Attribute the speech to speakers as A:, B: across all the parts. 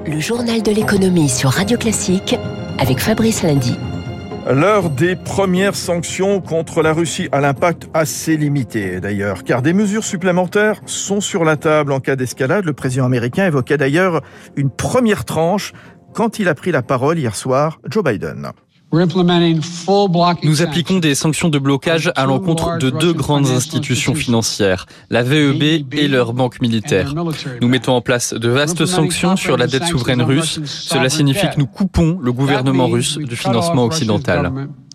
A: Le journal de l'économie sur Radio Classique avec Fabrice Lundy.
B: L'heure des premières sanctions contre la Russie à l'impact assez limité d'ailleurs, car des mesures supplémentaires sont sur la table en cas d'escalade. Le président américain évoquait d'ailleurs une première tranche quand il a pris la parole hier soir, Joe Biden.
C: Nous appliquons des sanctions de blocage à l'encontre de deux grandes institutions financières, la VEB et leur banque militaire. Nous mettons en place de vastes sanctions sur la dette souveraine russe. Cela signifie que nous coupons le gouvernement russe du financement occidental.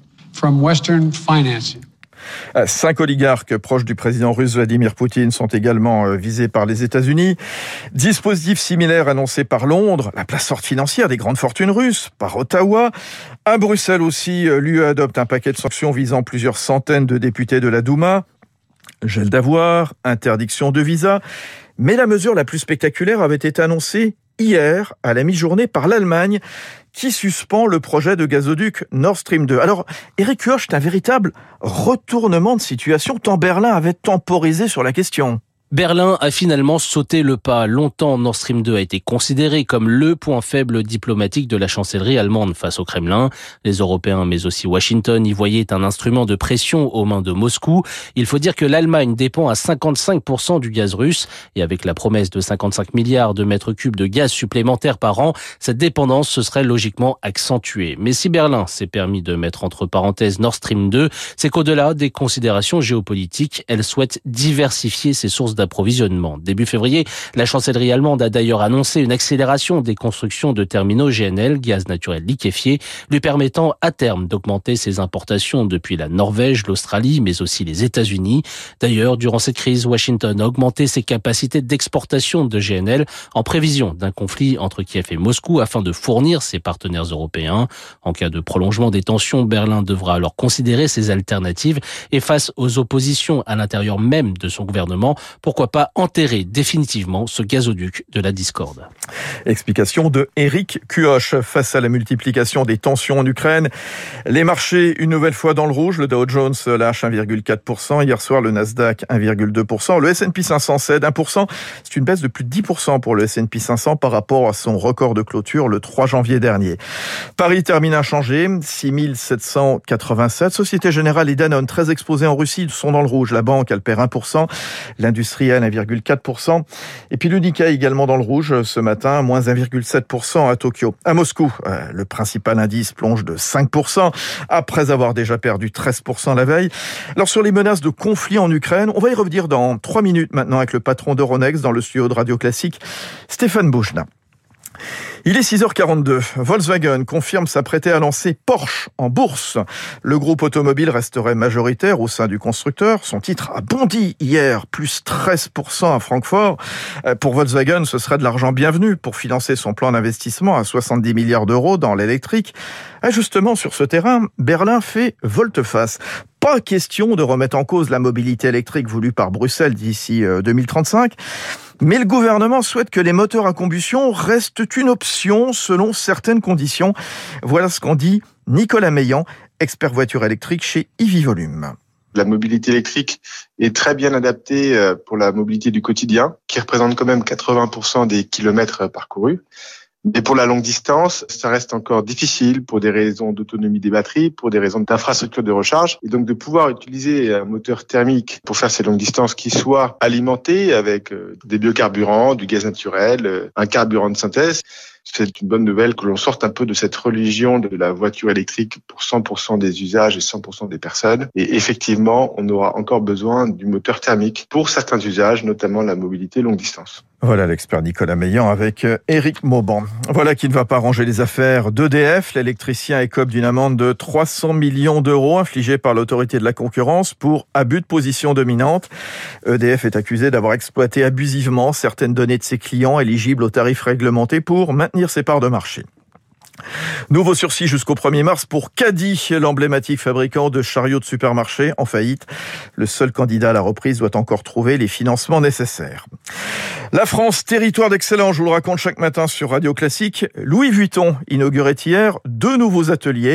B: 5 oligarques proches du président russe Vladimir Poutine sont également visés par les États-Unis. Dispositif similaire annoncé par Londres, la place forte financière des grandes fortunes russes, par Ottawa. À Bruxelles aussi, l'UE adopte un paquet de sanctions visant plusieurs centaines de députés de la Douma. Gel d'avoir, interdiction de visa. Mais la mesure la plus spectaculaire avait été annoncée hier, à la mi-journée, par l'Allemagne, qui suspend le projet de gazoduc Nord Stream 2. Alors, Éric Kioch, c'est un véritable retournement de situation, tant Berlin avait temporisé sur la question.
D: Berlin a finalement sauté le pas. Longtemps, Nord Stream 2 a été considéré comme le point faible diplomatique de la chancellerie allemande face au Kremlin. Les Européens, mais aussi Washington, y voyaient un instrument de pression aux mains de Moscou. Il faut dire que l'Allemagne dépend à 55% du gaz russe. Et avec la promesse de 55 milliards de mètres cubes de gaz supplémentaires par an, cette dépendance se serait logiquement accentuée. Mais si Berlin s'est permis de mettre entre parenthèses Nord Stream 2, c'est qu'au-delà des considérations géopolitiques, elle souhaite diversifier ses sources d'approvisionnement. Début février, la chancellerie allemande a d'ailleurs annoncé une accélération des constructions de terminaux GNL, gaz naturel liquéfié, lui permettant à terme d'augmenter ses importations depuis la Norvège, l'Australie, mais aussi les États-Unis. D'ailleurs, durant cette crise, Washington a augmenté ses capacités d'exportation de GNL en prévision d'un conflit entre Kiev et Moscou afin de fournir ses partenaires européens. En cas de prolongement des tensions, Berlin devra alors considérer ses alternatives et face aux oppositions à l'intérieur même de son gouvernement, pourquoi pas enterrer définitivement ce gazoduc de la discorde.
B: Explication de Éric Kioch. Face à la multiplication des tensions en Ukraine, les marchés une nouvelle fois dans le rouge. Le Dow Jones lâche 1,4%. Hier soir, le Nasdaq 1,2%. Le S&P 500 cède 1%. C'est une baisse de plus de 10% pour le S&P 500 par rapport à son record de clôture le 3 janvier dernier. Paris termine inchangé, 6787. Société Générale et Danone, très exposés en Russie, sont dans le rouge. La banque, elle perd 1%. L'industriel 1,4%. Et puis le Nikkei également dans le rouge ce matin, moins 1,7% à Tokyo. À Moscou, le principal indice plonge de 5% après avoir déjà perdu 13% la veille. Alors sur les menaces de conflit en Ukraine, on va y revenir dans 3 minutes maintenant avec le patron d'Euronext dans le studio de Radio Classique, Stéphane Boujna. Il est 6h42. Volkswagen confirme s'apprêter à lancer Porsche en bourse. Le groupe automobile resterait majoritaire au sein du constructeur. Son titre a bondi hier, plus 13% à Francfort. Pour Volkswagen, ce serait de l'argent bienvenu pour financer son plan d'investissement à 70 milliards d'euros dans l'électrique. Justement, sur ce terrain, Berlin fait volte-face. Pas question de remettre en cause la mobilité électrique voulue par Bruxelles d'ici 2035. Mais le gouvernement souhaite que les moteurs à combustion restent une option selon certaines conditions. Voilà ce qu'en dit Nicolas Meillan, expert voiture électrique chez EV-Volume.
E: La mobilité électrique est très bien adaptée pour la mobilité du quotidien, qui représente quand même 80% des kilomètres parcourus. Mais pour la longue distance, ça reste encore difficile pour des raisons d'autonomie des batteries, pour des raisons d'infrastructure de recharge. Et donc de pouvoir utiliser un moteur thermique pour faire ces longues distances qui soit alimenté avec des biocarburants, du gaz naturel, un carburant de synthèse. C'est une bonne nouvelle que l'on sorte un peu de cette religion de la voiture électrique pour 100% des usages et 100% des personnes. Et effectivement, on aura encore besoin du moteur thermique pour certains usages, notamment la mobilité longue distance.
B: Voilà l'expert Nicolas Meillan avec Éric Mauban. Voilà qui ne va pas arranger les affaires d'EDF. L'électricien écope d'une amende de 300 millions d'euros infligée par l'autorité de la concurrence pour abus de position dominante. EDF est accusé d'avoir exploité abusivement certaines données de ses clients éligibles aux tarifs réglementés pour maintenir ses parts de marché. Nouveau sursis jusqu'au 1er mars pour Caddy, l'emblématique fabricant de chariots de supermarché en faillite. Le seul candidat à la reprise doit encore trouver les financements nécessaires. La France, territoire d'excellence, je vous le raconte chaque matin sur Radio Classique. Louis Vuitton inaugurait hier 2 nouveaux ateliers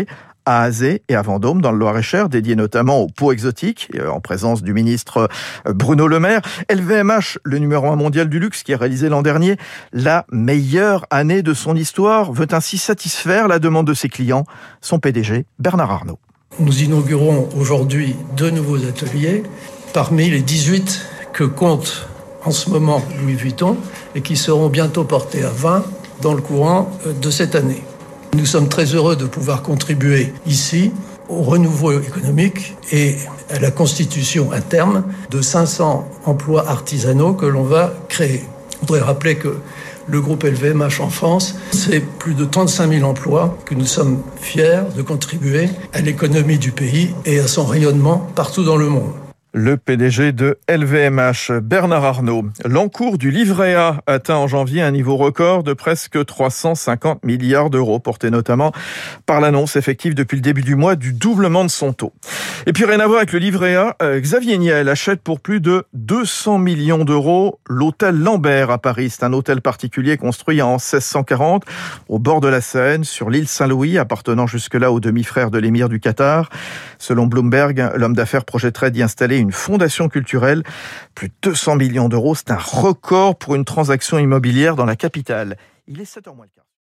B: à Azé et à Vendôme dans le Loir-et-Cher, dédié notamment aux peaux exotiques, en présence du ministre Bruno Le Maire. LVMH, le numéro 1 mondial du luxe, qui a réalisé l'an dernier la meilleure année de son histoire, veut ainsi satisfaire la demande de ses clients. Son PDG, Bernard Arnault.
F: Nous inaugurons aujourd'hui 2 nouveaux ateliers, parmi les 18 que compte en ce moment Louis Vuitton et qui seront bientôt portés à 20 dans le courant de cette année. Nous sommes très heureux de pouvoir contribuer ici au renouveau économique et à la constitution à terme de 500 emplois artisanaux que l'on va créer. Je voudrais rappeler que le groupe LVMH en France, c'est plus de 35 000 emplois que nous sommes fiers de contribuer à l'économie du pays et à son rayonnement partout dans le monde.
B: Le PDG de LVMH, Bernard Arnault. L'encours du livret A atteint en janvier un niveau record de presque 350 milliards d'euros, porté notamment par l'annonce effective depuis le début du mois du doublement de son taux. Et puis rien à voir avec le livret A, Xavier Niel achète pour plus de 200 millions d'euros l'hôtel Lambert à Paris. C'est un hôtel particulier construit en 1640 au bord de la Seine, sur l'île Saint-Louis, appartenant jusque-là au demi-frère de l'émir du Qatar. Selon Bloomberg, l'homme d'affaires projetterait d'y installer une fondation culturelle. Plus de 200 millions d'euros, c'est un record pour une transaction immobilière dans la capitale. Il est 7h moins le quart.